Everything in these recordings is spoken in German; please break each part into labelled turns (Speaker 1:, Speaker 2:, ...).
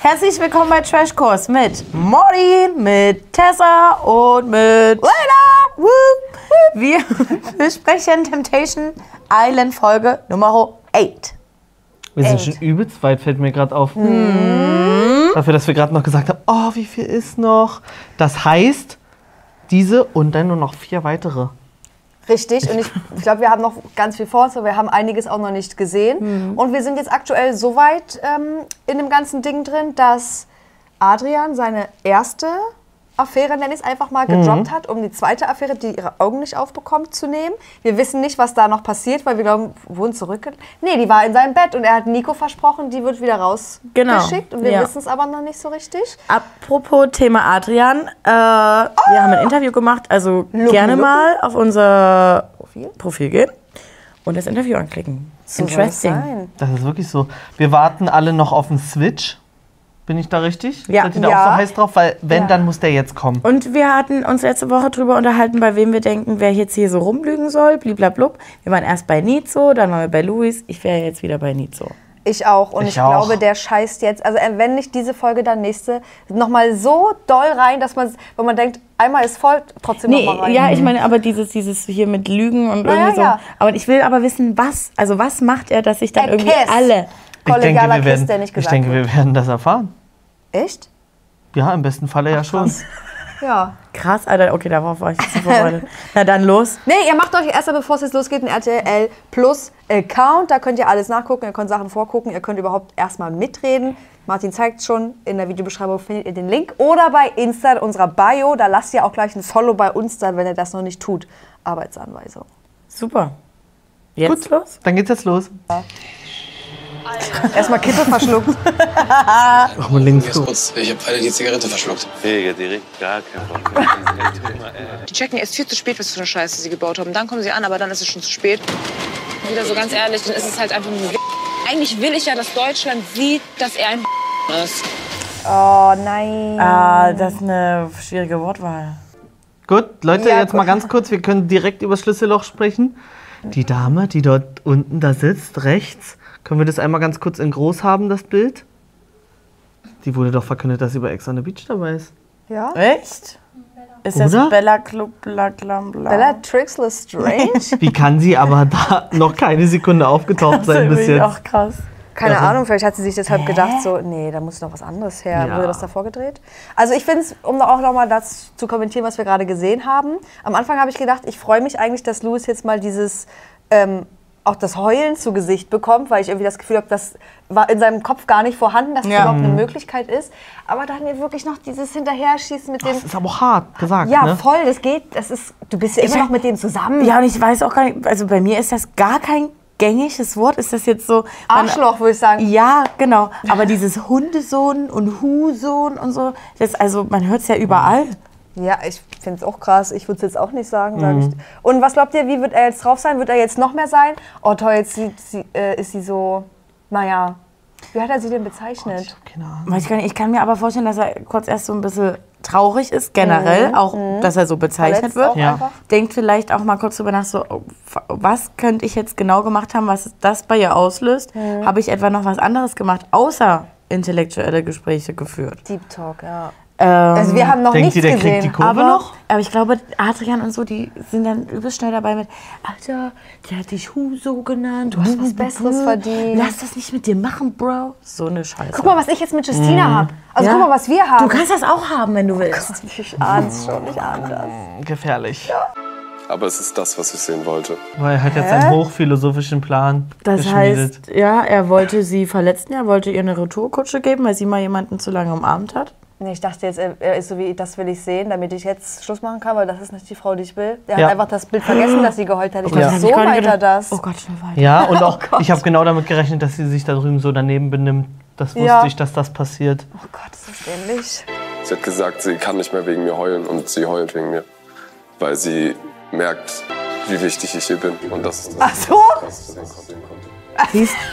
Speaker 1: Herzlich willkommen bei Trashkurs mit Mori, mit Tessa und mit Lena. Wir besprechen Temptation Island Folge Nummer 8.
Speaker 2: Wir sind schon übelst weit, fällt mir gerade auf. Dafür, dass wir gerade noch gesagt haben, oh, wie viel ist noch? Das heißt, diese und dann nur noch 4 weitere.
Speaker 3: Richtig, und ich glaube, wir haben noch ganz viel vor uns, aber wir haben einiges auch noch nicht gesehen. Und wir sind jetzt aktuell so weit in dem ganzen Ding drin, dass Adrian seine erste Affäre, nenne ich es einfach mal, gedroppt hat, um die zweite Affäre, die ihre Augen nicht aufbekommt, zu nehmen. Wir wissen nicht, was da noch passiert, weil wir glauben, wurden zurück. Nee, die war in seinem Bett und er hat Nico versprochen, die wird wieder rausgeschickt. Und wir wissen es aber noch nicht so richtig.
Speaker 1: Apropos Thema Adrian, wir haben ein Interview gemacht, also gerne mal auf unser Profil gehen und das Interview anklicken. Interesting.
Speaker 2: Das ist wirklich so. Wir warten alle noch auf den Switch. Bin ich da richtig?
Speaker 1: Ja.
Speaker 2: Seid ihr da auch so heiß drauf? Weil wenn, dann muss der jetzt kommen.
Speaker 1: Und wir hatten uns letzte Woche drüber unterhalten, bei wem wir denken, wer jetzt hier so rumlügen soll, bliblablub. Wir waren erst bei Nizo, dann waren wir bei Luis. Ich wäre jetzt wieder bei Nizo.
Speaker 3: Ich auch. Und ich glaube, der scheißt jetzt, also wenn nicht diese Folge, dann nächste, nochmal so doll rein, dass man, wenn man denkt, einmal ist voll, trotzdem nochmal rein.
Speaker 1: Ja, ich meine, aber dieses hier mit Lügen und irgendwie so.
Speaker 3: Ja.
Speaker 1: Aber ich will aber wissen, was macht er, dass sich dann irgendwie
Speaker 3: Kiss.
Speaker 1: alle...
Speaker 3: Kollegialer Kiss, der nicht gesagt
Speaker 2: ich denke, wir werden das erfahren.
Speaker 3: Echt?
Speaker 2: Ja, im besten Falle ja schon.
Speaker 3: Ja.
Speaker 1: Krass, Alter, okay, darauf war ich jetzt nicht vorbereitet. Na dann los.
Speaker 3: Nee, ihr macht euch erst, bevor es jetzt losgeht, einen RTL Plus Account. Da könnt ihr alles nachgucken, ihr könnt Sachen vorgucken, ihr könnt überhaupt erstmal mitreden. Martin zeigt schon, in der Videobeschreibung findet ihr den Link. Oder bei Insta in unserer Bio, da lasst ihr auch gleich ein Follow bei uns da, wenn ihr das noch nicht tut. Arbeitsanweisung.
Speaker 1: Super. Jetzt
Speaker 2: Gut,
Speaker 1: los?
Speaker 2: dann geht's jetzt los.
Speaker 3: Ja. Erstmal Kippe verschluckt.
Speaker 2: Mach mal links so.
Speaker 4: Ich habe beide die Zigarette verschluckt.
Speaker 5: Mega direkt, gar kein Problem.
Speaker 6: Die checken erst viel zu spät, was für eine Scheiße sie gebaut haben. Dann kommen sie an, aber dann ist es schon zu spät. Wieder so ganz ehrlich, dann ist es halt einfach nur Eigentlich will ich ja, dass Deutschland sieht, dass er ein ist.
Speaker 3: Oh nein.
Speaker 1: Das ist eine schwierige Wortwahl.
Speaker 2: Gut, Leute,
Speaker 3: Ja,
Speaker 2: jetzt mal ganz kurz, wir können direkt über Schlüsselloch sprechen. Die Dame, die dort unten da sitzt, rechts, können wir das einmal ganz kurz in groß haben, das Bild? Die wurde doch verkündet, dass sie bei Ex on the Beach dabei ist.
Speaker 3: Ja?
Speaker 1: Echt? Ist das
Speaker 2: Oder?
Speaker 1: Bella Club, bla, bla, bla.
Speaker 3: Bellatrix Lestrange?
Speaker 2: Wie kann sie aber da noch keine Sekunde aufgetaucht sein bis jetzt?
Speaker 1: Auch krass.
Speaker 3: Keine Ahnung, vielleicht hat sie sich deshalb gedacht, so, nee, da muss noch was anderes her.
Speaker 2: Ja.
Speaker 3: Wurde das davor gedreht? Also ich finde es, um auch nochmal das zu kommentieren, was wir gerade gesehen haben. Am Anfang habe ich gedacht, ich freue mich eigentlich, dass Louis jetzt mal dieses, auch das Heulen zu Gesicht bekommt, weil ich irgendwie das Gefühl habe, das war in seinem Kopf gar nicht vorhanden, dass das überhaupt eine Möglichkeit ist. Aber dann wirklich noch dieses Hinterherschießen mit dem...
Speaker 2: Das ist aber auch hart gesagt,
Speaker 3: Ja,
Speaker 2: ne?
Speaker 3: voll, das geht, das ist, du bist ja immer noch mit dem zusammen.
Speaker 1: Ja, und ich weiß auch gar nicht, also bei mir ist das gar kein gängiges Wort. Ist das jetzt so...
Speaker 3: Arschloch, würde ich sagen.
Speaker 1: Ja, genau. Aber dieses Hundesohn und Husohn und so, das, also man hört es ja überall.
Speaker 3: Ja, ich finde es auch krass. Ich würde es jetzt auch nicht sagen. Sag ich. Und was glaubt ihr, wie wird er jetzt drauf sein? Wird er jetzt noch mehr sein? Oh toll, jetzt ist sie so, naja, wie hat er sie denn bezeichnet?
Speaker 2: Keine Ahnung.
Speaker 1: Weiß ich gar nicht. Ich kann mir aber vorstellen, dass er kurz erst so ein bisschen traurig ist, generell, auch, dass er so bezeichnet
Speaker 3: Verletzt
Speaker 1: wird.
Speaker 3: auch einfach.
Speaker 1: Denkt vielleicht auch mal kurz drüber nach, so, oh, was könnte ich jetzt genau gemacht haben, was das bei ihr auslöst? Habe ich etwa noch was anderes gemacht, außer intellektuelle Gespräche geführt?
Speaker 3: Deep Talk, ja. Also wir haben noch
Speaker 2: Denkt
Speaker 3: nichts
Speaker 2: ihr, der kriegt die
Speaker 3: gesehen.
Speaker 2: Kurve noch?
Speaker 1: Aber ich glaube, Adrian und so, die sind dann übelst schnell dabei mit, Alter, der hat dich Huso genannt, du hast
Speaker 3: was Besseres verdient.
Speaker 1: Lass das nicht mit dir machen, Bro. So eine Scheiße.
Speaker 3: Guck mal, was ich jetzt mit Justina habe. Also guck mal, was wir haben.
Speaker 1: Du kannst das auch haben, wenn du willst.
Speaker 3: Ich ahne es schon nicht anders.
Speaker 2: Gefährlich.
Speaker 4: Aber es ist das, was ich sehen wollte.
Speaker 2: Weil er hat jetzt einen hochphilosophischen Plan
Speaker 1: Das
Speaker 2: geschmiedet.
Speaker 1: heißt, ja, er wollte sie verletzen, er wollte ihr eine Retourkutsche geben, weil sie mal jemanden zu lange umarmt hat.
Speaker 3: Nee, ich dachte jetzt, er ist so wie, das will ich sehen, damit ich jetzt Schluss machen kann, weil das ist nicht die Frau, die ich will. Der
Speaker 2: Ja.
Speaker 3: hat einfach das Bild vergessen, dass sie geheult hat. Ich
Speaker 2: Ja.
Speaker 3: dachte, so meint er das.
Speaker 1: Oh Gott, schon weiter.
Speaker 2: Ja, und auch, ich habe genau damit gerechnet, dass sie sich da drüben so daneben benimmt. Das wusste
Speaker 3: Ja.
Speaker 2: ich, dass das passiert.
Speaker 3: Oh Gott, ist das dämlich.
Speaker 4: Sie hat gesagt, sie kann nicht mehr wegen mir heulen und sie heult wegen mir. Weil sie merkt, wie wichtig ich hier bin. Und das ist das,
Speaker 3: Ach so?
Speaker 4: was ich sehen konnte.
Speaker 1: Siehst,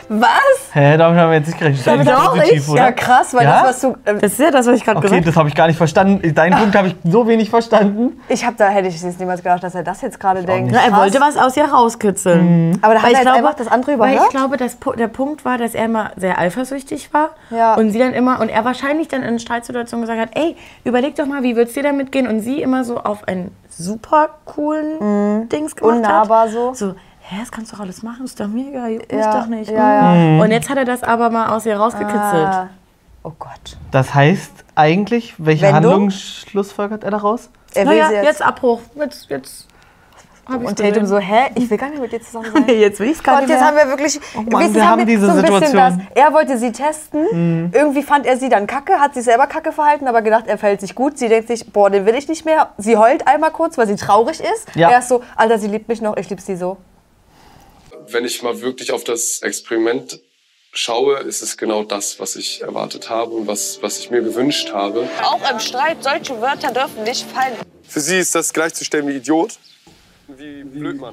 Speaker 3: Was?
Speaker 2: Hä, damit haben wir jetzt nicht gerechnet. Das ist
Speaker 3: Doch,
Speaker 2: eigentlich positiv, oder?
Speaker 3: Ja, krass, weil
Speaker 2: Ja?
Speaker 3: das, was du...
Speaker 1: Das ist ja das, was ich gerade
Speaker 2: Okay,
Speaker 1: gesagt habe.
Speaker 2: das habe ich gar nicht verstanden. Deinen Punkt habe ich so wenig verstanden.
Speaker 3: hätte ich jetzt niemals gedacht, dass er das jetzt gerade denkt.
Speaker 1: Na, er
Speaker 3: Krass.
Speaker 1: wollte was aus ihr rauskitzeln.
Speaker 3: Aber da hat
Speaker 1: Weil
Speaker 3: er
Speaker 1: ich
Speaker 3: jetzt einfach das andere
Speaker 1: Weil ich
Speaker 3: überhört?
Speaker 1: glaube, der Punkt war, dass er immer sehr eifersüchtig war.
Speaker 3: Ja.
Speaker 1: Und sie dann immer, und er wahrscheinlich dann in Streitsituationen gesagt hat, ey, überleg doch mal, wie würd's dir damit gehen? Und sie immer so auf einen super coolen Dings gemacht
Speaker 3: Unnahbar
Speaker 1: hat.
Speaker 3: so.
Speaker 1: Hä, das kannst du doch alles machen, ist doch mega, juckt mich
Speaker 3: Ja,
Speaker 1: doch nicht.
Speaker 3: ja,
Speaker 1: Und jetzt hat er das aber mal aus ihr rausgekitzelt.
Speaker 3: Ah. Oh Gott.
Speaker 2: Das heißt eigentlich, welche
Speaker 3: Wendung?
Speaker 2: Handlung schlussfolgert er daraus?
Speaker 3: Er will
Speaker 1: Naja,
Speaker 3: sie
Speaker 1: jetzt Abbruch. Jetzt hab ich's
Speaker 3: Und Tatum
Speaker 1: gesehen.
Speaker 3: so, hä? Ich will gar nicht mit dir zusammen sein.
Speaker 1: Jetzt will ich's gar
Speaker 3: Und
Speaker 1: nicht
Speaker 3: jetzt
Speaker 1: mehr.
Speaker 3: haben wir wirklich,
Speaker 2: Mann, wir haben diese
Speaker 3: so ein bisschen
Speaker 2: Situation.
Speaker 3: er wollte sie testen, irgendwie fand er sie dann kacke, hat sich selber kacke verhalten, aber gedacht, er verhält sich gut. Sie denkt sich, boah, den will ich nicht mehr. Sie heult einmal kurz, weil sie traurig ist.
Speaker 2: Ja.
Speaker 3: Er ist so, Alter, sie liebt mich noch, ich lieb sie so.
Speaker 4: Wenn ich mal wirklich auf das Experiment schaue, ist es genau das, was ich erwartet habe und was ich mir gewünscht habe.
Speaker 6: Auch im Streit, solche Wörter dürfen nicht fallen.
Speaker 4: Für sie ist das gleichzustellen wie Idiot. Wie Blödmann.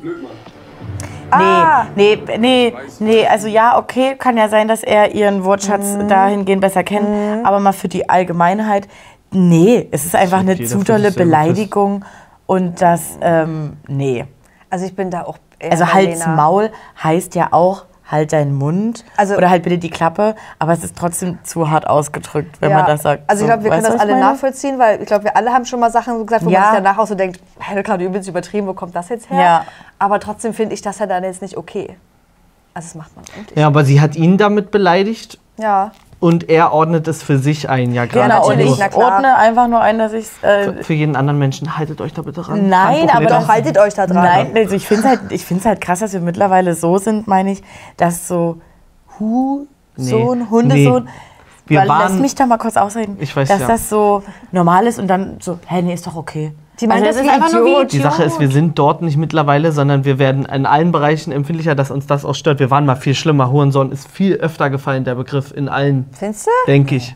Speaker 1: Nee, also ja, okay, kann ja sein, dass er ihren Wortschatz dahingehend besser kennt, aber mal für die Allgemeinheit, nee, es ist einfach eine
Speaker 2: jeder
Speaker 1: zu
Speaker 2: für
Speaker 1: dolle
Speaker 2: sich selber
Speaker 1: Beleidigung und das, nee.
Speaker 3: Also ich bin da auch eher
Speaker 1: Also
Speaker 3: bei
Speaker 1: Hals,
Speaker 3: Lena.
Speaker 1: Maul heißt ja auch, halt deinen Mund
Speaker 3: Also-
Speaker 1: oder halt bitte die Klappe, aber es ist trotzdem zu hart ausgedrückt, wenn man das sagt.
Speaker 3: Also ich glaube, wir
Speaker 1: So,
Speaker 3: können
Speaker 1: weißt du,
Speaker 3: das
Speaker 1: was ich
Speaker 3: alle
Speaker 1: meine?
Speaker 3: nachvollziehen, weil ich glaube, wir alle haben schon mal Sachen gesagt, wo
Speaker 1: Ja.
Speaker 3: man sich danach auch so denkt, hey, gerade übelst übertrieben, wo kommt das jetzt her?
Speaker 1: Ja.
Speaker 3: Aber trotzdem finde ich das ja dann jetzt nicht okay. Also das macht man endlich.
Speaker 2: Ja, aber sie hat ihn damit beleidigt
Speaker 3: Ja.
Speaker 2: und er ordnet es für sich ein, ja gerade.
Speaker 1: Genau, und
Speaker 3: natürlich,
Speaker 1: ich
Speaker 3: na klar.
Speaker 1: ordne einfach nur ein, dass ich
Speaker 2: Für jeden anderen Menschen, haltet euch da bitte ran.
Speaker 1: Nein,
Speaker 2: Handbuch
Speaker 1: aber
Speaker 2: Leder.
Speaker 1: doch,
Speaker 3: Haltet euch da dran.
Speaker 1: Nein, also ich finde es halt krass, dass wir mittlerweile so sind, meine ich, dass so Sohn, Hundesohn,
Speaker 2: Wir
Speaker 1: weil, lass
Speaker 2: waren,
Speaker 1: mich da mal kurz ausreden,
Speaker 2: Ich weiß,
Speaker 1: dass
Speaker 2: ja.
Speaker 1: das so normal ist und dann so, hä, nee, ist doch okay.
Speaker 3: Die meinen
Speaker 1: Also
Speaker 3: das
Speaker 1: es
Speaker 3: wie
Speaker 1: ist einfach nur
Speaker 3: Idiot.
Speaker 2: die Sache ist, wir sind dort nicht mittlerweile, sondern wir werden in allen Bereichen empfindlicher, dass uns das auch stört. Wir waren mal viel schlimmer. Hurensohn ist viel öfter gefallen, der Begriff, in allen,
Speaker 3: Findest du?
Speaker 2: denke ich.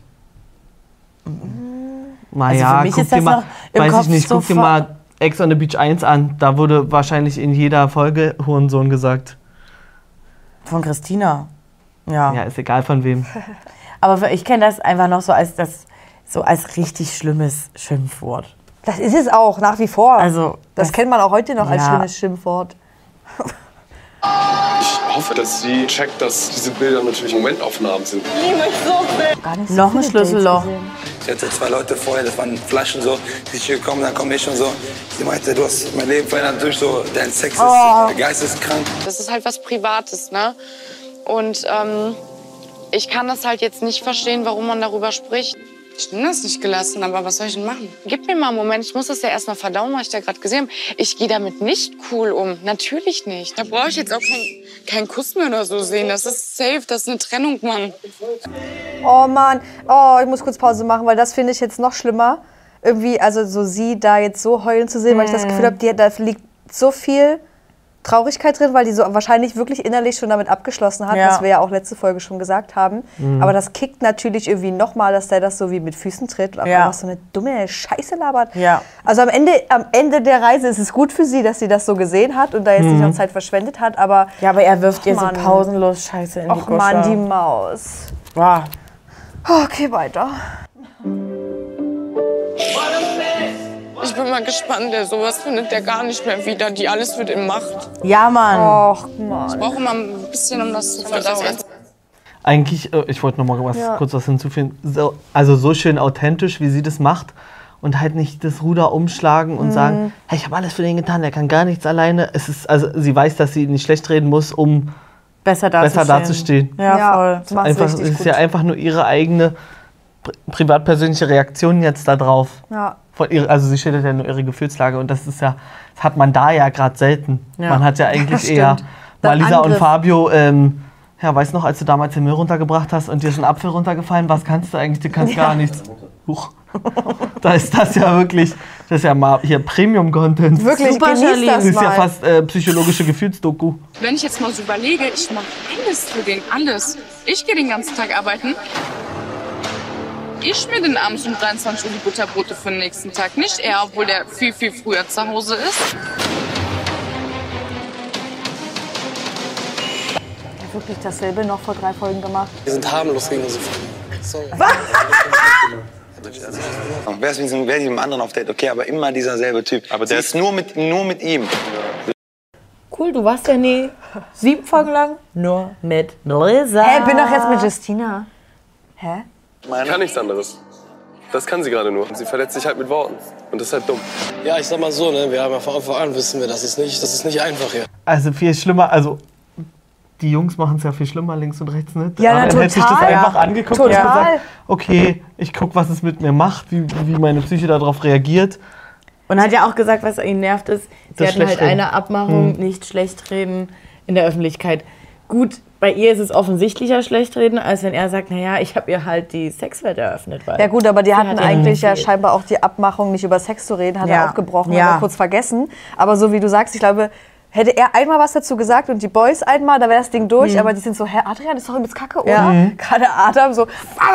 Speaker 2: Naja,
Speaker 1: Also für mich
Speaker 2: guck
Speaker 1: ist
Speaker 2: dir
Speaker 1: das
Speaker 2: mal,
Speaker 1: noch im
Speaker 2: weiß
Speaker 1: Kopf
Speaker 2: ich nicht,
Speaker 1: so
Speaker 2: guck dir mal Ex on the Beach 1 an. Da wurde wahrscheinlich in jeder Folge Hurensohn gesagt.
Speaker 1: Von Christina. Ja.
Speaker 2: Ja, ist egal von wem.
Speaker 1: Aber ich kenne das einfach noch so als richtig schlimmes Schimpfwort.
Speaker 3: Das ist es auch, nach wie vor.
Speaker 1: Also,
Speaker 3: das kennt man auch heute noch als
Speaker 1: Ja.
Speaker 3: schlimmes Schimpfwort.
Speaker 4: Ich hoffe, dass sie checkt, dass diese Bilder natürlich Momentaufnahmen sind.
Speaker 3: Gar nicht so
Speaker 1: Noch ein
Speaker 3: viele
Speaker 1: Schlüsselloch.
Speaker 3: Dates gesehen.
Speaker 7: Ich hatte 2 Leute vorher, das waren Flaschen so, die ich gekommen, dann komme ich und so. Sie meinte, du hast mein Leben verändert durch so, dein Sex ist geisteskrank.
Speaker 6: Das ist halt was Privates, ne? Und ich kann das halt jetzt nicht verstehen, warum man darüber spricht.
Speaker 8: Ich bin das nicht gelassen, aber was soll ich denn machen?
Speaker 6: Gib mir mal einen Moment, ich muss das ja erstmal verdauen, was ich da gerade gesehen habe. Ich gehe damit nicht cool um, natürlich nicht.
Speaker 8: Da brauche ich jetzt auch keinen Kuss mehr oder so sehen. Das ist safe, das ist eine Trennung, Mann.
Speaker 3: Oh Mann, oh, ich muss kurz Pause machen, weil das finde ich jetzt noch schlimmer. Irgendwie, also so sie da jetzt so heulen zu sehen, weil ich das Gefühl habe, da liegt so viel Traurigkeit drin, weil die so wahrscheinlich wirklich innerlich schon damit abgeschlossen hat,
Speaker 1: Ja.
Speaker 3: was wir ja auch letzte Folge schon gesagt haben. Aber das kickt natürlich irgendwie nochmal, dass der das so wie mit Füßen tritt und
Speaker 1: Ja.
Speaker 3: einfach so eine dumme Scheiße labert.
Speaker 1: Ja.
Speaker 3: Also am Ende der Reise ist es gut für sie, dass sie das so gesehen hat und da jetzt nicht noch Zeit verschwendet hat, aber
Speaker 1: Ja, aber er wirft ihr so
Speaker 3: Mann.
Speaker 1: pausenlos Scheiße in die
Speaker 3: och
Speaker 1: Gusche.
Speaker 3: Mann, die Maus.
Speaker 1: Boah.
Speaker 3: Okay, weiter.
Speaker 8: Ich bin mal gespannt, der sowas findet der gar nicht mehr wieder. Die alles wird in Macht.
Speaker 1: Ja, Mann.
Speaker 3: Och Mann.
Speaker 8: Ich brauche immer ein bisschen, um das zu verdauen.
Speaker 2: Eigentlich, ich wollte noch mal kurz was hinzufügen. Also so schön authentisch, wie sie das macht. Und halt nicht das Ruder umschlagen und sagen, hey, ich habe alles für den getan, der kann gar nichts alleine. Es ist, also sie weiß, dass sie ihn nicht schlecht reden muss, um
Speaker 1: Besser
Speaker 2: besser dazustehen.
Speaker 1: Ja, voll.
Speaker 3: das macht's
Speaker 2: Einfach, es
Speaker 3: richtig
Speaker 2: ist
Speaker 3: gut.
Speaker 2: ja einfach nur ihre eigene privat-persönliche Reaktion jetzt da drauf.
Speaker 3: Ja.
Speaker 2: Also sie schildert ja nur ihre Gefühlslage und das ist ja, das hat man da ja gerade selten.
Speaker 1: Ja.
Speaker 2: Man hat ja eigentlich
Speaker 3: stimmt.
Speaker 2: eher
Speaker 3: Dann
Speaker 2: Lisa und
Speaker 3: Angriff.
Speaker 2: Fabio, ja, weißt noch, als du damals den Müll runtergebracht hast und dir ist ein Apfel runtergefallen, was kannst du eigentlich? Du kannst gar nichts. Huch. Da ist das ja wirklich, das ist ja mal hier Premium-Content.
Speaker 3: Wirklich,
Speaker 1: Super,
Speaker 3: genießt
Speaker 1: Charlene.
Speaker 3: das
Speaker 2: Das ist ja
Speaker 3: mal.
Speaker 2: fast psychologische Gefühlsdoku.
Speaker 8: Wenn ich jetzt mal so überlege, ich mache alles für den, alles. Ich gehe den ganzen Tag arbeiten. Ich schmier den abends um 23 Uhr die Butterbrote für den nächsten Tag. Nicht er, obwohl der viel, viel früher zu Hause ist.
Speaker 3: er wirklich dasselbe noch vor 3 Folgen gemacht?
Speaker 9: Wir sind harmlos gegen unsere Freunde. Sorry.
Speaker 7: Wer ist mit einem anderen auf Date? Okay, aber immer dieser selbe Typ. Aber der ist nur mit ihm.
Speaker 1: Cool, du warst ja nie 7 Folgen lang nur mit Melissa.
Speaker 3: Hä, bin doch jetzt mit Justina. Hä?
Speaker 4: Ich kann nichts anderes. Das kann sie gerade nur. Sie verletzt sich halt mit Worten. Und das ist halt dumm.
Speaker 9: Ja, ich sag mal so, ne, wir haben ja von Anfang an, wissen wir, das ist nicht einfach hier.
Speaker 2: Also viel schlimmer, also die Jungs machen es ja viel schlimmer links und rechts, ne?
Speaker 3: Ja,
Speaker 2: Adrian hätte sich das
Speaker 3: total.
Speaker 2: einfach angeguckt
Speaker 3: Total.
Speaker 2: und gesagt, okay, ich guck, was es mit mir macht, wie meine Psyche darauf reagiert.
Speaker 1: Und hat ja auch gesagt, was ihn nervt ist, sie
Speaker 2: Das
Speaker 1: hatten halt
Speaker 2: Schlechtreden.
Speaker 1: eine Abmachung, nicht schlecht reden in der Öffentlichkeit. Gut, bei ihr ist es offensichtlicher Schlechtreden, als wenn er sagt, naja, ich habe ihr halt die Sexwelt eröffnet. Weil
Speaker 3: Ja gut, aber die hatten
Speaker 1: hat ja
Speaker 3: eigentlich ja
Speaker 1: gefehlt.
Speaker 3: scheinbar auch die Abmachung, nicht über Sex zu reden, hat
Speaker 1: Ja.
Speaker 3: er aufgebrochen,
Speaker 1: Ja.
Speaker 3: hat er kurz vergessen. Aber so wie du sagst, ich glaube, hätte er einmal was dazu gesagt und die Boys einmal, da wäre das Ding durch. Aber die sind so, hä, Adrian, ist doch übelst kacke, oder?
Speaker 1: Ja.
Speaker 3: Gerade Adam so,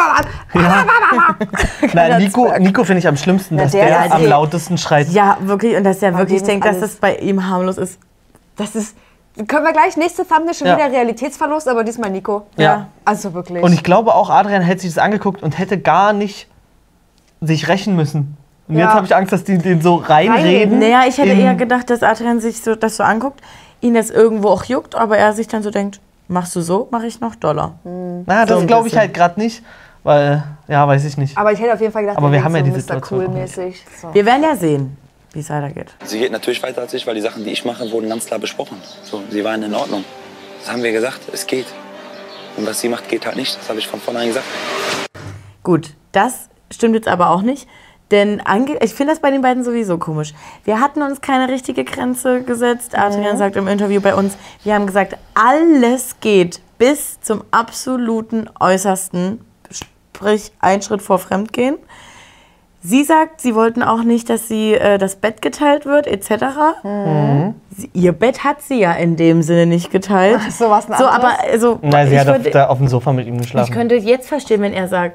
Speaker 2: Nein, Nico finde ich am schlimmsten, dass
Speaker 3: der
Speaker 2: der
Speaker 3: ist
Speaker 2: am
Speaker 3: eh-
Speaker 2: lautesten schreit.
Speaker 1: ja, wirklich, und dass er wirklich
Speaker 3: dem
Speaker 1: denkt, dass
Speaker 3: alles.
Speaker 1: das bei ihm harmlos ist.
Speaker 3: das ist, können wir gleich, nächste Thumbnail schon
Speaker 2: Ja.
Speaker 3: wieder Realitätsverlust, aber diesmal Nico.
Speaker 2: Ja.
Speaker 3: Also wirklich.
Speaker 2: Und ich glaube auch, Adrian hätte sich das angeguckt und hätte gar nicht sich rächen müssen. Und
Speaker 3: Ja.
Speaker 2: jetzt habe ich Angst, dass die den so reinreden.
Speaker 1: Naja, ich hätte
Speaker 2: in-
Speaker 1: eher gedacht, dass Adrian sich so, das so anguckt, ihn das irgendwo auch juckt, aber er sich dann so denkt, machst du so, mache ich noch Dollar.
Speaker 2: Na, das
Speaker 1: ein
Speaker 2: glaube ich
Speaker 1: bisschen.
Speaker 2: halt gerade nicht, weil, ja, weiß ich nicht.
Speaker 3: aber ich hätte auf jeden Fall gedacht,
Speaker 2: Aber
Speaker 3: der
Speaker 2: wir haben
Speaker 3: denkt
Speaker 2: ja
Speaker 3: so
Speaker 2: die Situation auch nicht.
Speaker 3: Cool-mäßig. So.
Speaker 1: Wir werden ja sehen, wie es weitergeht.
Speaker 7: Sie geht natürlich weiter als ich, weil die Sachen, die ich mache, wurden ganz klar besprochen. So, sie waren in Ordnung. Das haben wir gesagt, es geht. Und was sie macht, geht halt nicht. Das habe ich von vornherein gesagt.
Speaker 1: Gut, das stimmt jetzt aber auch nicht. Denn ich finde das bei den beiden sowieso komisch. Wir hatten uns keine richtige Grenze gesetzt. Adrian sagt im Interview bei uns, wir haben gesagt, alles geht bis zum absoluten Äußersten. Sprich, ein Schritt vor Fremdgehen. Sie sagt, sie wollten auch nicht, dass das Bett geteilt wird, etc. Ihr Bett hat sie ja in dem Sinne nicht geteilt.
Speaker 3: Ach, so was ein
Speaker 1: So,
Speaker 3: anderes?
Speaker 1: aber also,
Speaker 2: Nein, sie
Speaker 1: ich
Speaker 2: hat
Speaker 1: würde-
Speaker 2: da auf dem Sofa mit ihm geschlafen.
Speaker 1: ich könnte jetzt verstehen, wenn er sagt,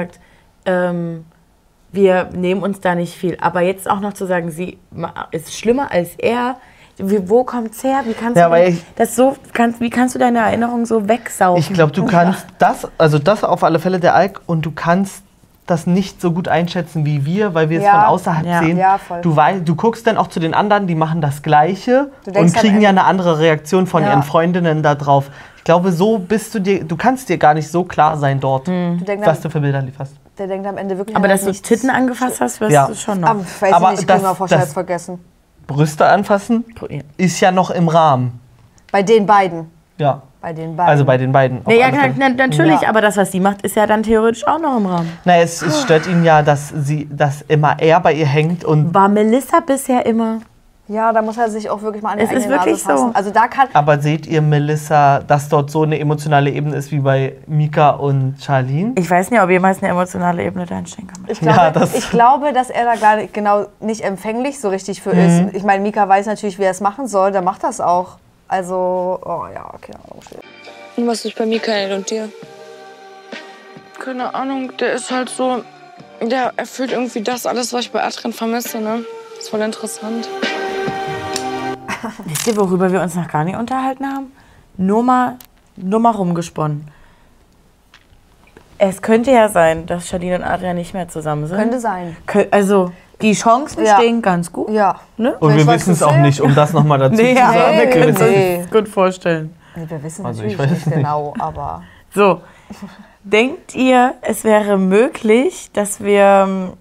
Speaker 1: wir nehmen uns da nicht viel. Aber jetzt auch noch zu sagen, sie ist schlimmer als er. Wo kommt's her? Wie kannst
Speaker 2: Ja,
Speaker 1: du
Speaker 2: weil
Speaker 1: wie kannst du deine Erinnerung so wegsaugen?
Speaker 2: Ich glaube, du kannst das auf alle Fälle der Alk, und du kannst das nicht so gut einschätzen wie wir, weil wir es
Speaker 3: Ja.
Speaker 2: von außerhalb
Speaker 1: Ja.
Speaker 2: sehen.
Speaker 3: Ja, voll.
Speaker 2: Du guckst dann auch zu den anderen, die machen das Gleiche
Speaker 3: Du denkst
Speaker 2: und kriegen
Speaker 3: am
Speaker 2: ja
Speaker 3: Ende-
Speaker 2: eine andere Reaktion von
Speaker 3: Ja.
Speaker 2: ihren Freundinnen da drauf. Ich glaube, so bist du kannst dir gar nicht so klar sein dort,
Speaker 3: Du denkst,
Speaker 2: was du für Bilder lieferst.
Speaker 3: der denkt am Ende wirklich
Speaker 1: aber
Speaker 3: an
Speaker 1: dass du
Speaker 3: nichts.
Speaker 1: Titten angefasst hast, wirst
Speaker 2: Ja.
Speaker 1: du schon noch.
Speaker 3: Aber ich weiß
Speaker 2: Aber
Speaker 3: nicht, ich kann mir
Speaker 2: das-
Speaker 3: vorstellen,
Speaker 2: das-
Speaker 3: jetzt vergessen.
Speaker 2: Brüste anfassen ist ja noch im Rahmen.
Speaker 3: Bei den beiden.
Speaker 2: Ja,
Speaker 3: Bei den beiden.
Speaker 2: also bei den beiden. auf
Speaker 1: Naja,
Speaker 2: alle Fälle.
Speaker 1: natürlich,
Speaker 3: Ja.
Speaker 1: aber das, was sie macht, ist ja dann theoretisch auch noch im Rahmen.
Speaker 2: Na, es stört ihn ja, dass immer er bei ihr hängt und
Speaker 1: War Melissa bisher immer.
Speaker 3: Ja, da muss er sich auch wirklich mal an die
Speaker 1: Es ist
Speaker 3: eigene Nase
Speaker 1: wirklich so.
Speaker 3: fassen. Also da kann...
Speaker 2: Aber seht ihr, Melissa, dass dort so eine emotionale Ebene ist wie bei Mika und Charlene?
Speaker 1: Ich weiß nicht, ob jemals eine emotionale Ebene da entstehen kann.
Speaker 3: Ich glaube,
Speaker 2: Ja, das-
Speaker 3: ich glaube, dass er da gar nicht, genau nicht empfänglich so richtig für ist. Ich meine, Mika weiß natürlich, wie er es machen soll, der macht das auch. Also, oh ja, okay.
Speaker 6: Und was ist bei Michael und dir?
Speaker 8: Keine Ahnung, der ist halt so, der erfüllt irgendwie das alles, was ich bei Adrian vermisse, ne? Ist voll interessant.
Speaker 1: Wisst ihr, worüber wir uns noch gar nicht unterhalten haben? Nur mal rumgesponnen. Es könnte ja sein, dass Charlene und Adrian nicht mehr zusammen sind.
Speaker 3: Könnte sein.
Speaker 1: Also, die Chancen
Speaker 3: Ja.
Speaker 1: stehen ganz gut.
Speaker 3: Ja.
Speaker 1: Ne?
Speaker 2: Und wir
Speaker 3: Vielleicht
Speaker 2: wissen es
Speaker 3: weißt
Speaker 2: auch
Speaker 3: du's
Speaker 2: nicht, um das nochmal dazu
Speaker 1: Nee,
Speaker 2: zu
Speaker 1: aber
Speaker 2: sagen.
Speaker 1: wir können es
Speaker 3: nee.
Speaker 1: uns gut vorstellen.
Speaker 3: Nee, wir wissen
Speaker 2: Also,
Speaker 3: natürlich
Speaker 2: ich weiß
Speaker 3: nicht
Speaker 2: nicht.
Speaker 3: genau, aber...
Speaker 1: So, denkt ihr, es wäre möglich, dass wir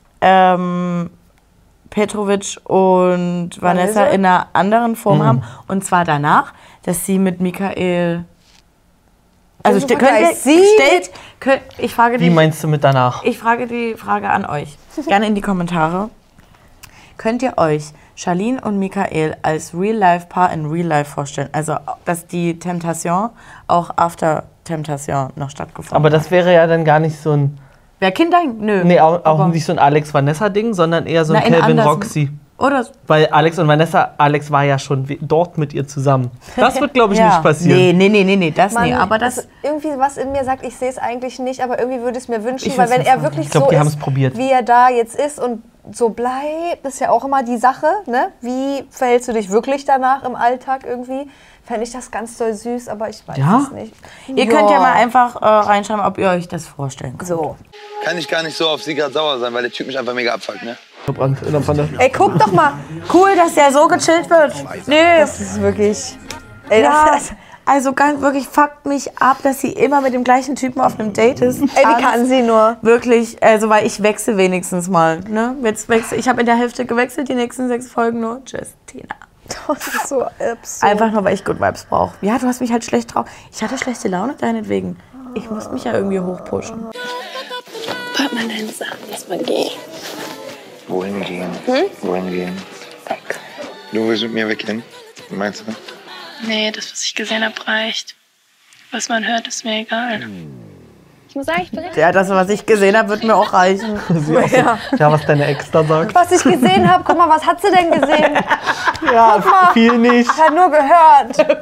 Speaker 1: Petrovic und Vanessa in einer anderen Form haben? Und zwar danach, dass sie mit Michael... Also
Speaker 3: Also gleich sie
Speaker 1: ich frage
Speaker 2: Wie
Speaker 1: dich,
Speaker 2: meinst du mit danach?
Speaker 1: ich frage die Frage an euch. Gerne in die Kommentare. Könnt ihr euch Charlene und Michael als Real-Life-Paar in Real-Life vorstellen? Also, dass die Temptation auch after Temptation noch stattgefunden
Speaker 2: Aber
Speaker 1: hat.
Speaker 2: das wäre ja dann gar nicht so ein,
Speaker 1: Wer Kinder? Nö.
Speaker 2: nee, auch
Speaker 1: Aber-
Speaker 2: nicht so ein Alex-Vanessa-Ding, sondern eher so ein
Speaker 1: Na, in
Speaker 2: Calvin
Speaker 1: andersrum.
Speaker 2: Roxy.
Speaker 1: Oder so.
Speaker 2: Weil Alex war ja schon dort mit ihr zusammen. Das wird, glaube ich,
Speaker 1: Ja.
Speaker 2: nicht passieren.
Speaker 1: Nee, das
Speaker 3: Mann,
Speaker 1: nee. Aber das,
Speaker 3: also irgendwie was in mir sagt, ich sehe es eigentlich nicht, aber irgendwie würde ich es mir wünschen,
Speaker 1: Ich
Speaker 3: weil
Speaker 1: würd's
Speaker 3: wenn er
Speaker 1: mir
Speaker 3: wirklich
Speaker 2: Ich glaube,
Speaker 3: so
Speaker 2: die haben
Speaker 3: ist,
Speaker 2: es probiert.
Speaker 3: wie er da jetzt ist und so bleibt, ist ja auch immer die Sache, ne? Wie verhältst du dich wirklich danach im Alltag irgendwie? Fände ich das ganz doll süß, aber ich weiß es nicht.
Speaker 1: Ihr könnt ja mal einfach reinschreiben, ob ihr euch das vorstellen könnt.
Speaker 3: So.
Speaker 7: Kann ich gar nicht so auf sie gerade sauer sein, weil der Typ mich einfach mega abfuckt, ne?
Speaker 3: Ey, guck doch mal.
Speaker 1: Cool, dass der so gechillt wird. Nee,
Speaker 3: Das ist wirklich... Ey,
Speaker 1: ja,
Speaker 3: das,
Speaker 1: also ganz wirklich fuckt mich ab, dass sie immer mit dem gleichen Typen auf einem Date ist.
Speaker 3: ey, wie kann sie nur?
Speaker 1: Wirklich, also weil ich wechsle wenigstens mal. Ne? Jetzt wechsle, ich habe in der Hälfte gewechselt, die nächsten 6 Folgen nur Justina.
Speaker 3: Das ist so absurd.
Speaker 1: Einfach nur, weil ich Good Vibes brauche. Ja, du hast mich halt schlecht drauf. Ich hatte schlechte Laune deinetwegen. Ich muss mich ja irgendwie hochpushen.
Speaker 6: Pack mal deine Sachen, lass mal gehen.
Speaker 7: Wohin gehen? Wohin gehen? Du willst mit mir weggehen? Meinst du?
Speaker 8: Nee, das, was ich gesehen habe, reicht. Was man hört, ist mir egal.
Speaker 6: Ich muss sagen, ich bin richtig.
Speaker 1: Ja, das, was ich gesehen habe, wird mir auch reichen.
Speaker 2: Ja, was deine Ex da sagt.
Speaker 3: Was ich gesehen habe, guck mal, was hat sie denn gesehen?
Speaker 2: Ja, viel nicht.
Speaker 3: Ich habe nur gehört.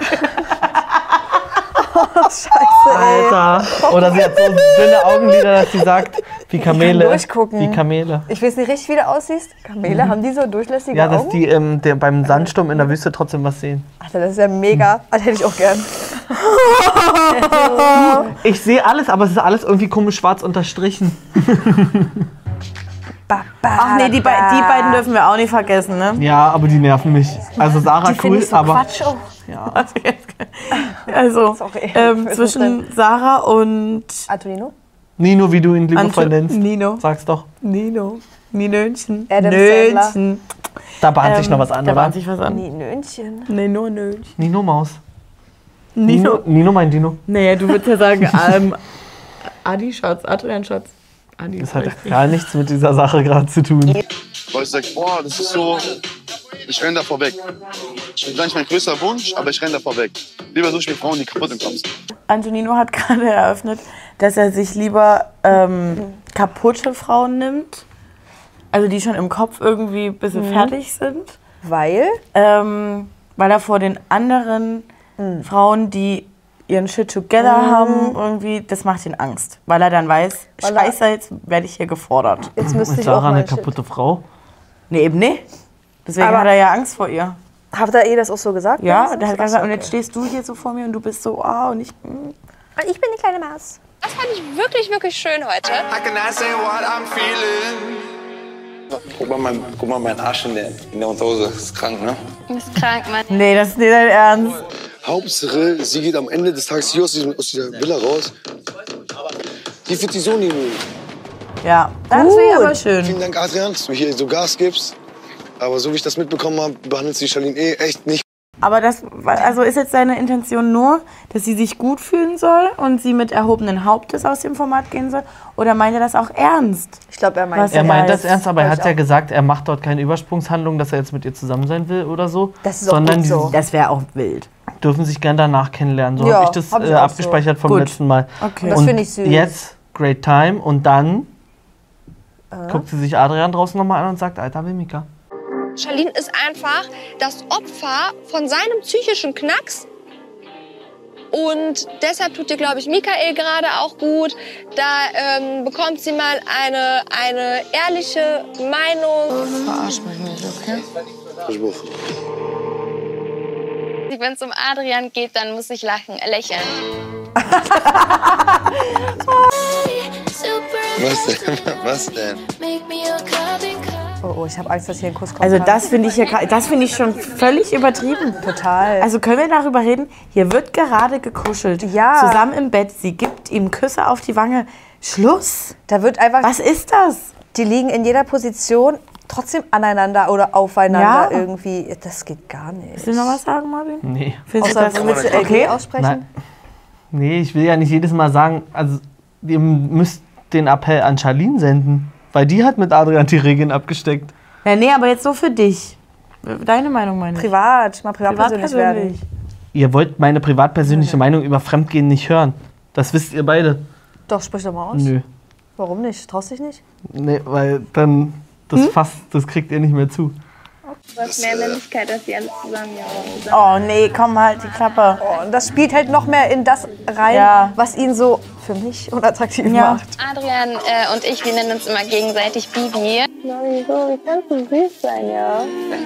Speaker 3: Oh, Scheiße, ey.
Speaker 2: Alter. Oder sie hat so dünne Augenlider, dass sie sagt, wie Kamele.
Speaker 3: durchgucken.
Speaker 2: Wie Kamele.
Speaker 3: Ich weiß nicht richtig, wie du aussiehst. Kamele, haben die so durchlässige
Speaker 2: Ja, dass
Speaker 3: Augen?
Speaker 2: die beim Sandsturm in der Wüste trotzdem was sehen.
Speaker 3: Alter, das ist ja mega. Das hätte ich auch gern.
Speaker 2: Ich sehe alles, aber es ist alles irgendwie komisch schwarz unterstrichen.
Speaker 1: Ach nee, die beiden dürfen wir auch nicht vergessen, ne?
Speaker 2: Ja, aber die nerven mich. Also Sarah
Speaker 3: Die finde
Speaker 2: cool,
Speaker 3: ich so
Speaker 2: aber
Speaker 3: Quatsch auch.
Speaker 2: ja.
Speaker 1: Also,
Speaker 3: Sorry.
Speaker 1: zwischen Sarah und
Speaker 3: Antonino?
Speaker 2: Nino, wie du ihn liebevoll nennst.
Speaker 1: Nino.
Speaker 2: Sag's doch.
Speaker 1: Nino. Ninönchen.
Speaker 3: Adam
Speaker 1: Nönchen.
Speaker 2: Da bahnt sich noch was an,
Speaker 1: Da
Speaker 2: oder?
Speaker 1: bahnt sich was an.
Speaker 3: Nönchen.
Speaker 1: Nee, nur Nönchen.
Speaker 2: Nino Maus.
Speaker 1: Nino.
Speaker 2: Nino mein Dino.
Speaker 1: Nee, du würdest ja sagen, Adi-Schatz, Adrian-Schatz. Adi
Speaker 2: Das hat gar nichts mit dieser Sache gerade zu tun.
Speaker 10: Weil ich sage, boah, das ist so, ich renne davor weg. Das ist nicht mein größter Wunsch, aber ich renne davor weg. Lieber suche ich mir Frauen, die kaputt im Kopf sind.
Speaker 1: Antonino hat gerade eröffnet, dass er sich lieber kaputte Frauen nimmt, also die schon im Kopf irgendwie ein bisschen fertig sind,
Speaker 3: Weil?
Speaker 1: weil er vor den anderen Frauen, die ihren Shit together haben, irgendwie, das macht ihn Angst, weil er dann weiß, scheiße, jetzt werde ich hier gefordert.
Speaker 3: Jetzt müsste
Speaker 2: Ist
Speaker 3: ich auch
Speaker 2: Sarah
Speaker 3: mal
Speaker 2: eine kaputte Frau?
Speaker 1: Nee, eben nicht. Deswegen
Speaker 3: Aber-
Speaker 1: hat er ja Angst vor ihr.
Speaker 3: Habt ihr das auch so gesagt?
Speaker 1: Ja, der hat
Speaker 3: Achso,
Speaker 1: gesagt, und
Speaker 3: okay.
Speaker 1: jetzt stehst du hier so vor mir und du bist so, ah, und ich...
Speaker 3: Und ich bin die kleine Maus.
Speaker 6: Das fand ich wirklich, wirklich schön heute.
Speaker 7: Guck mal meinen Arsch in der Unterhose. Das ist krank, ne?
Speaker 6: Du bist krank, Mann.
Speaker 1: Nee, das ist nicht dein Ernst.
Speaker 10: Hauptsache, sie geht am Ende des Tages hier aus dieser Villa raus. Die wird die so nie mögen.
Speaker 1: Ja, das wäre aber schön.
Speaker 10: Vielen Dank, Adrian, dass du hier so Gas gibst. Aber so wie ich das mitbekommen habe, behandelt sie Charlene echt nicht.
Speaker 1: Aber das, also ist jetzt seine Intention nur, dass sie sich gut fühlen soll und sie mit erhobenen Hauptes aus dem Format gehen soll? Oder meint er das auch ernst?
Speaker 3: Ich glaube, er meint
Speaker 1: Was
Speaker 2: Er meint das
Speaker 1: weiß.
Speaker 2: ernst, aber er hat
Speaker 3: Ich
Speaker 2: ja
Speaker 3: auch.
Speaker 2: gesagt, er macht dort keine Übersprungshandlung, dass er jetzt mit ihr zusammen sein will oder so.
Speaker 3: Das ist auch
Speaker 2: sondern
Speaker 3: gut so.
Speaker 2: die
Speaker 1: Das wäre auch wild.
Speaker 2: dürfen sich gern danach kennenlernen. So
Speaker 3: Ja,
Speaker 2: habe ich das
Speaker 3: hab ich auch
Speaker 2: abgespeichert vom
Speaker 1: Gut.
Speaker 2: letzten Mal.
Speaker 1: Okay.
Speaker 3: Das
Speaker 2: Und
Speaker 3: finde ich süß.
Speaker 2: jetzt Great Time und dann guckt sie sich Adrian draußen nochmal an und sagt, Alter, will Mika.
Speaker 6: Charlene ist einfach das Opfer von seinem psychischen Knacks. Und deshalb tut dir, glaube ich, Michael gerade auch gut. Da bekommt sie mal eine ehrliche Meinung.
Speaker 1: Verarsch mich nicht, okay?
Speaker 10: Versprochen.
Speaker 6: Wenn es um Adrian geht, dann muss ich lächeln.
Speaker 10: Was denn? Was denn?
Speaker 3: Oh, ich habe Angst, dass hier ein Kuss kommt.
Speaker 1: Also das finde ich, ich schon völlig übertrieben.
Speaker 3: total.
Speaker 1: Also können wir darüber reden? Hier wird gerade gekuschelt.
Speaker 3: Ja.
Speaker 1: Zusammen im Bett. Sie gibt ihm Küsse auf die Wange. Schluss.
Speaker 3: Da wird einfach,
Speaker 1: Was ist das?
Speaker 3: die liegen in jeder Position trotzdem aneinander oder aufeinander
Speaker 1: Ja.
Speaker 3: irgendwie. Das geht gar nicht.
Speaker 1: Willst du noch was sagen, Marvin?
Speaker 2: Nee.
Speaker 1: Findest du
Speaker 3: Außer,
Speaker 1: das
Speaker 3: willst du LG
Speaker 1: okay?
Speaker 3: aussprechen?
Speaker 2: Nein. Nee, ich will ja nicht jedes Mal sagen, also ihr müsst den Appell an Charlene senden. Weil die hat mit Adrian die Regeln abgesteckt.
Speaker 1: Ja, nee, aber jetzt so für dich. Deine Meinung meine ich.
Speaker 3: Privat, mal privatpersönlich werden.
Speaker 2: Ihr wollt meine privatpersönliche Meinung über Fremdgehen nicht hören. Das wisst ihr beide.
Speaker 3: Doch, sprich doch mal aus.
Speaker 2: Nö.
Speaker 3: Warum nicht? Traust dich nicht?
Speaker 2: Nee, weil dann das kriegt ihr nicht mehr zu.
Speaker 6: Was mehr Männlichkeit, dass sie alle zusammen
Speaker 1: Oh nee, komm halt die Klappe.
Speaker 3: Oh, und das spielt halt noch mehr in das rein,
Speaker 1: Ja.
Speaker 3: was ihn so für mich unattraktiv
Speaker 1: Ja.
Speaker 3: macht.
Speaker 11: Adrian und ich, wir nennen uns immer gegenseitig Bibi.
Speaker 12: Mami, so, wie kannst du süß sein, ja?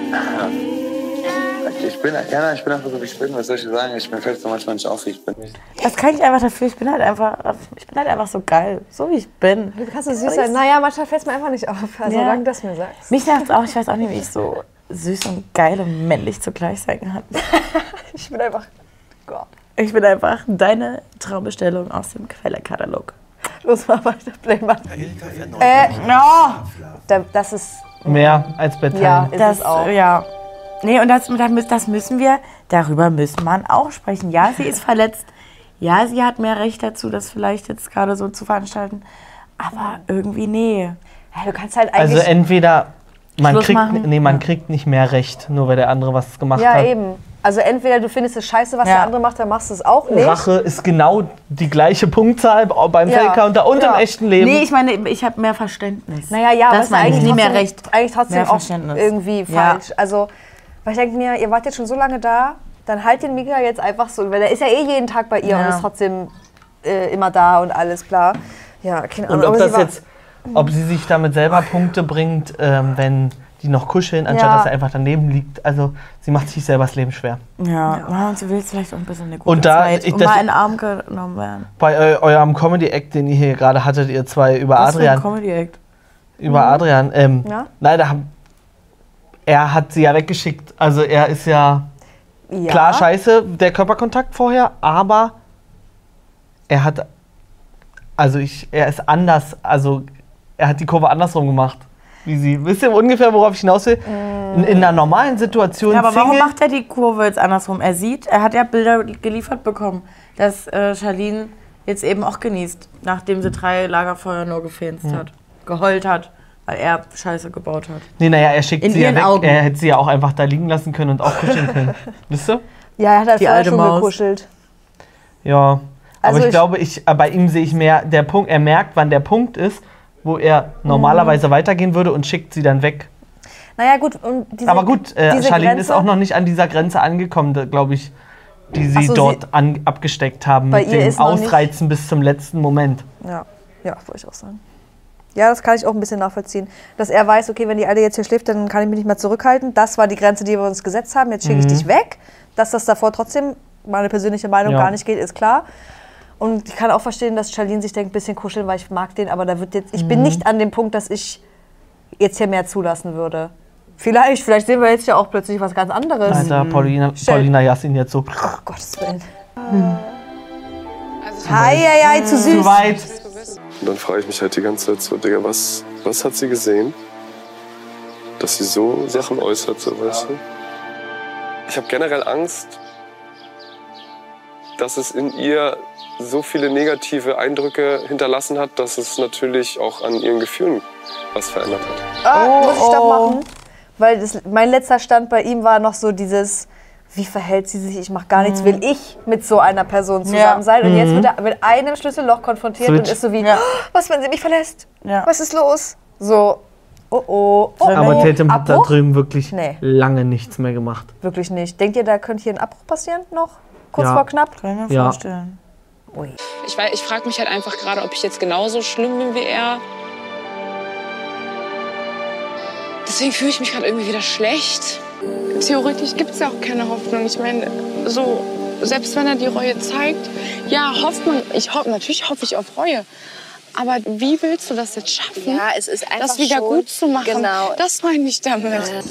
Speaker 7: Ich bin einfach so, wie ich bin. Was soll ich sagen? Mir fällt es manchmal nicht auf, wie ich bin.
Speaker 1: Das kann ich einfach dafür. Ich bin halt einfach so geil, so wie ich bin.
Speaker 3: Du kannst so süß sein. Naja, manchmal fällt es mir einfach nicht auf. Also, solange du das mir sagst.
Speaker 1: Mich nervt auch, ich weiß auch nicht, wie ich so süß und geil und männlich zugleich sein kann.
Speaker 3: Ich bin einfach... Gott.
Speaker 1: Ich bin einfach deine Traumbestellung aus dem Quellekatalog.
Speaker 3: Los, mal weiter, Playmat. Das ist...
Speaker 2: Mehr als Bedtime.
Speaker 3: Ja, ist
Speaker 1: Das
Speaker 3: es auch.
Speaker 1: Ja. Nee, und darüber müssen man auch sprechen. Ja, sie ist verletzt. Ja, sie hat mehr Recht dazu, das vielleicht jetzt gerade so zu veranstalten. Aber irgendwie, nee.
Speaker 3: Ja, du kannst halt eigentlich...
Speaker 2: Also entweder man
Speaker 1: Schluss machen?
Speaker 2: man kriegt nicht mehr Recht, nur weil der andere was gemacht
Speaker 3: Ja,
Speaker 2: hat.
Speaker 3: eben. Also entweder du findest es scheiße, was der andere macht, dann machst du es auch nicht.
Speaker 2: Rache ist genau die gleiche Punktzahl beim Fake-Counter und im echten Leben.
Speaker 1: Nee, ich meine, ich habe mehr Verständnis.
Speaker 3: Naja, ja,
Speaker 1: das
Speaker 3: aber
Speaker 1: meine ich.
Speaker 3: eigentlich
Speaker 1: Nie mehr
Speaker 3: trotzdem-
Speaker 1: Recht.
Speaker 3: Eigentlich trotzdem
Speaker 1: Mehr
Speaker 3: auch
Speaker 1: Verständnis.
Speaker 3: irgendwie
Speaker 1: Ja.
Speaker 3: falsch. Also, weil ich denke mir, ihr wart jetzt schon so lange da, dann halt den Mika jetzt einfach so, weil der ist ja eh jeden Tag bei ihr
Speaker 1: Ja.
Speaker 3: und ist trotzdem immer da und alles klar. Ja, keine Ahnung.
Speaker 2: Und
Speaker 3: aber sie war-
Speaker 2: ob sie sich damit selber Punkte bringt, wenn die noch kuscheln, anstatt
Speaker 3: Ja.
Speaker 2: dass er einfach daneben liegt. Also sie macht sich selber das Leben schwer.
Speaker 1: Ja, und sie will jetzt vielleicht auch ein bisschen eine gute
Speaker 2: Und da-
Speaker 1: Zeit
Speaker 2: ich-
Speaker 1: und
Speaker 2: das-
Speaker 1: mal in den Arm genommen werden.
Speaker 2: Bei eurem Comedy-Act, den ihr hier gerade hattet, ihr zwei über
Speaker 1: Was für ein
Speaker 2: Adrian.
Speaker 1: Comedy-Act?
Speaker 2: Über Adrian.
Speaker 3: Ja?
Speaker 2: Nein, er hat sie ja weggeschickt. Also er ist ja klar scheiße, der Körperkontakt vorher, aber er hat, er ist anders, also er hat die Kurve andersrum gemacht. Wisst ihr ungefähr, worauf ich hinaus will? In einer normalen Situation.
Speaker 1: Ja, aber warum
Speaker 2: Single-
Speaker 1: macht er die Kurve jetzt andersrum? Er hat ja Bilder geliefert bekommen, dass Charlene jetzt eben auch genießt, nachdem sie 3 Lagerfeuer nur gefänzt hat, geheult hat, weil er Scheiße gebaut hat.
Speaker 2: Nee, naja, er schickt
Speaker 1: In
Speaker 2: sie ja
Speaker 1: ihren
Speaker 2: weg.
Speaker 1: Augen.
Speaker 2: Er hätte sie ja auch einfach da liegen lassen können und auch kuscheln können. Wisst ihr?
Speaker 3: Ja, er hat halt
Speaker 1: Die
Speaker 3: vorher
Speaker 1: alte
Speaker 3: schon
Speaker 1: Maus.
Speaker 3: gekuschelt.
Speaker 2: Ja.
Speaker 3: Also
Speaker 2: Aber ich
Speaker 3: ich-
Speaker 2: glaube, bei ihm sehe ich mehr der Punkt, er merkt, wann der Punkt ist, wo er normalerweise weitergehen würde und schickt sie dann weg.
Speaker 3: Naja, gut. Und diese,
Speaker 2: Aber gut,
Speaker 3: diese
Speaker 2: Charlene
Speaker 3: Grenze,
Speaker 2: ist auch noch nicht an dieser Grenze angekommen, glaube ich, die sie
Speaker 3: Ach so,
Speaker 2: dort abgesteckt haben
Speaker 3: Bei
Speaker 2: mit
Speaker 3: ihr
Speaker 2: dem
Speaker 3: ist noch nicht-
Speaker 2: Ausreizen bis zum letzten Moment.
Speaker 3: Ja, wollte ich auch sagen. Ja, das kann ich auch ein bisschen nachvollziehen. Dass er weiß, okay, wenn die Alte jetzt hier schläft, dann kann ich mich nicht mehr zurückhalten. Das war die Grenze, die wir uns gesetzt haben. Jetzt schicke ich dich weg. Dass das davor trotzdem, meine persönliche Meinung,
Speaker 2: Ja.
Speaker 3: gar nicht geht, ist klar. Und ich kann auch verstehen, dass Charlene sich denkt, ein bisschen kuscheln, weil ich mag den. Aber ich bin nicht an dem Punkt, dass ich jetzt hier mehr zulassen würde. Vielleicht sehen wir jetzt ja auch plötzlich was ganz anderes.
Speaker 2: Alter, Paulina Yassin jetzt so.
Speaker 3: Oh, Gottes Willen. Hei, zu süß.
Speaker 2: Zu weit.
Speaker 4: Und dann frage ich mich halt die ganze Zeit so, Digga, was hat sie gesehen, dass sie so Sachen äußert, so, weißt du? Ich habe generell Angst, dass es in ihr so viele negative Eindrücke hinterlassen hat, dass es natürlich auch an ihren Gefühlen was verändert hat.
Speaker 3: Muss ich Stopp machen? Weil mein letzter Stand bei ihm war noch so dieses, wie verhält sie sich, ich mache gar nichts, will ich mit so einer Person zusammen sein? Und jetzt wird er mit einem Schlüsselloch konfrontiert und ist so wie, was, wenn sie mich verlässt?
Speaker 1: Ja.
Speaker 3: Was ist los? So, oh.
Speaker 2: Aber Tatum hat da
Speaker 3: Abbruch?
Speaker 2: drüben wirklich
Speaker 3: Nee.
Speaker 2: lange nichts mehr gemacht.
Speaker 3: Wirklich nicht. Denkt ihr, da könnte hier ein Abbruch passieren noch? Kurz
Speaker 2: Ja.
Speaker 3: vor knapp?
Speaker 1: Kann ich mir
Speaker 2: Ja.
Speaker 1: vorstellen.
Speaker 6: Ich frage mich halt einfach gerade, ob ich jetzt genauso schlimm bin wie er. Deswegen fühle ich mich gerade irgendwie wieder schlecht.
Speaker 8: Theoretisch gibt es ja auch keine Hoffnung. Ich meine, so, selbst wenn er die Reue zeigt, ja, hofft man, natürlich hoffe ich auf Reue. Aber wie willst du das jetzt schaffen,
Speaker 12: Ja, es ist einfach
Speaker 8: das wieder
Speaker 12: schon,
Speaker 8: gut zu machen?
Speaker 12: Genau.
Speaker 8: Das meine ich damit.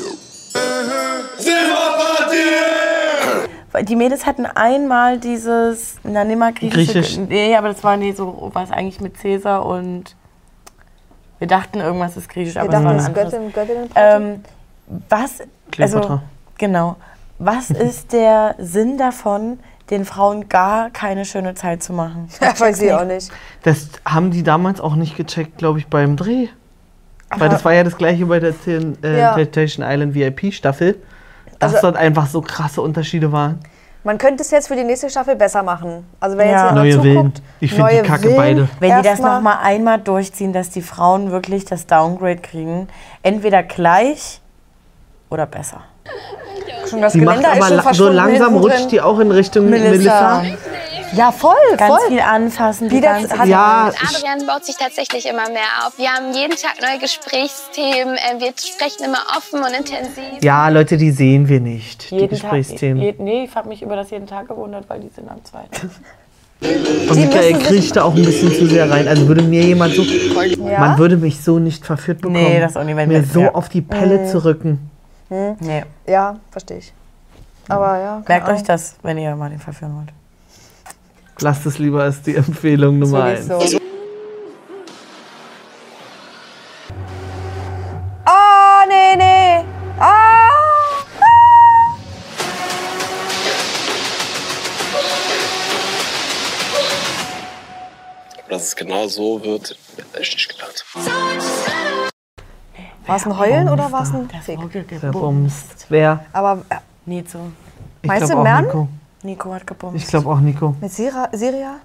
Speaker 1: Die Mädels hatten einmal dieses, nimm mal
Speaker 2: Griechisch.
Speaker 1: Nee, aber das war so was eigentlich mit Cäsar und wir dachten, irgendwas ist griechisch, aber
Speaker 3: Wir
Speaker 1: das war
Speaker 3: dachten,
Speaker 1: ein
Speaker 3: das
Speaker 1: anderes.
Speaker 3: Göttin.
Speaker 2: Kleopatra.
Speaker 1: Genau. Was ist der Sinn davon, den Frauen gar keine schöne Zeit zu machen?
Speaker 3: Ja, weiß ich auch nicht.
Speaker 2: Das haben die damals auch nicht gecheckt, glaube ich, beim Dreh. Weil das war ja das gleiche bei der Temptation Island VIP-Staffel. Dass
Speaker 3: Also-
Speaker 2: dort einfach so krasse Unterschiede waren.
Speaker 3: Man könnte es jetzt für die nächste Staffel besser machen. Also wer jetzt hier
Speaker 2: Neue
Speaker 3: noch
Speaker 2: Willen.
Speaker 3: zuguckt,
Speaker 2: Ich finde die
Speaker 3: neue
Speaker 2: Kacke
Speaker 3: Willen.
Speaker 2: beide.
Speaker 1: Wenn die das
Speaker 3: Erstmal-
Speaker 1: noch mal einmal durchziehen, dass die Frauen wirklich das Downgrade kriegen, entweder gleich oder besser.
Speaker 3: Schon das
Speaker 2: Die macht
Speaker 3: Geländer ist
Speaker 2: aber
Speaker 3: schon
Speaker 2: so
Speaker 3: verschwunden
Speaker 2: langsam
Speaker 3: hinten
Speaker 2: rutscht
Speaker 3: drin.
Speaker 2: die auch in Richtung Melissa.
Speaker 3: Ja, voll,
Speaker 1: Ganz viel anfassen.
Speaker 3: Wie das hat
Speaker 2: Ja,
Speaker 11: Adrian baut sich tatsächlich immer mehr auf. Wir haben jeden Tag neue Gesprächsthemen. Wir sprechen immer offen und intensiv.
Speaker 2: ja, Leute, die sehen wir nicht, die
Speaker 1: Jeden
Speaker 2: Gesprächsthemen.
Speaker 1: Tag, nee, ich habe mich über das jeden Tag gewundert, weil die sind am zweiten.
Speaker 2: Und Michael kriecht da auch ein bisschen zu sehr rein. Also würde mir jemand so...
Speaker 3: Ja?
Speaker 2: Man würde mich so nicht verführt bekommen.
Speaker 1: Nee, das auch nicht, wenn
Speaker 2: mir
Speaker 1: wir-
Speaker 2: so
Speaker 1: ja.
Speaker 2: auf die Pelle zu rücken.
Speaker 1: Nee.
Speaker 3: Ja, verstehe ich. Aber ja.
Speaker 1: Merkt euch das, wenn ihr mal den verführen wollt.
Speaker 2: Lasst es lieber als die Empfehlung Nummer 1.
Speaker 3: So. Oh, nee.
Speaker 4: Dass es genau so wird, hätte ich nicht gedacht.
Speaker 3: War es ein Heulen oder war es ein Fick?
Speaker 2: Verbumst. Wer?
Speaker 3: Aber
Speaker 1: Nicht so.
Speaker 2: Ich
Speaker 3: Meinst
Speaker 2: glaub
Speaker 3: du
Speaker 2: auch
Speaker 3: Mern?
Speaker 2: Nico.
Speaker 1: Nico hat gebumst.
Speaker 2: Ich glaube auch Nico.
Speaker 3: mit Siria?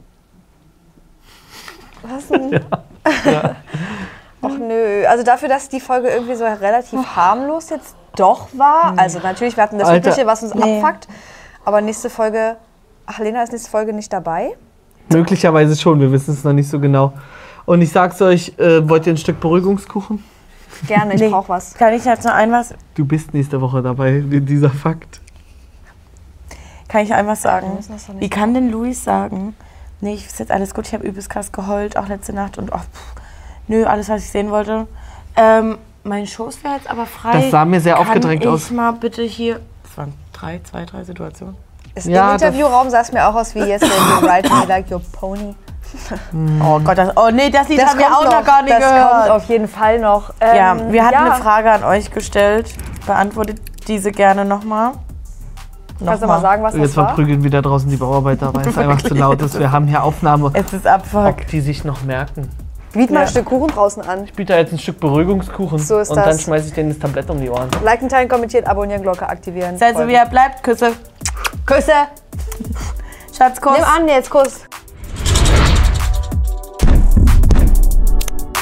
Speaker 3: Was denn? Och nö. Also dafür, dass die Folge irgendwie so relativ harmlos jetzt doch war. Also natürlich, wir hatten das
Speaker 2: Alter.
Speaker 3: Übliche, was uns abfuckt. Aber nächste Folge... Ach, Lena ist nächste Folge nicht dabei?
Speaker 2: Möglicherweise schon, wir wissen es noch nicht so genau. Und ich sag's euch, wollt ihr ein Stück Beruhigungskuchen?
Speaker 3: Gerne, ich brauch was.
Speaker 1: Kann ich jetzt noch ein was?
Speaker 2: Du bist nächste Woche dabei, dieser Fakt.
Speaker 1: Kann ich ein was sagen?
Speaker 3: müssen das doch nicht
Speaker 1: Wie kann denn Luis sagen, nee, ist jetzt alles gut, ich habe übelst krass geheult, auch letzte Nacht und nö, alles, was ich sehen wollte. Mein Schoß wäre jetzt aber frei.
Speaker 2: Das sah mir sehr aufgedrängt aus.
Speaker 1: Kann ich mal bitte hier... Das waren zwei, drei Situationen.
Speaker 3: Im
Speaker 2: Ja,
Speaker 3: Interviewraum sah es mir auch aus wie yesterday you ride me like your pony.
Speaker 1: Oh Gott, nee, das Lied haben wir
Speaker 3: kommt
Speaker 1: auch noch gar nicht
Speaker 3: das
Speaker 1: gehört.
Speaker 3: kommt auf jeden Fall noch.
Speaker 1: Ja, wir hatten eine Frage an euch gestellt. Beantwortet diese gerne nochmal.
Speaker 3: Kannst du mal sagen, was das
Speaker 2: Jetzt
Speaker 3: war?
Speaker 2: verprügeln wieder draußen die Bauarbeiter, weil es einfach zu laut ist. Wir haben hier Aufnahme.
Speaker 1: Es ist Abfuck.
Speaker 2: Ob die sich noch merken.
Speaker 3: Biet mal ein Stück Kuchen draußen an.
Speaker 2: Ich biete jetzt ein Stück Beruhigungskuchen.
Speaker 3: So ist
Speaker 2: und
Speaker 3: das.
Speaker 2: dann schmeiße ich denen das Tablett um die Ohren.
Speaker 3: Liken, teilen, kommentieren, abonnieren, Glocke aktivieren.
Speaker 1: Seid so wie ihr bleibt. Küsse.
Speaker 3: Küsse.
Speaker 1: Schatzkuss.
Speaker 3: Nimm an, jetzt Kuss.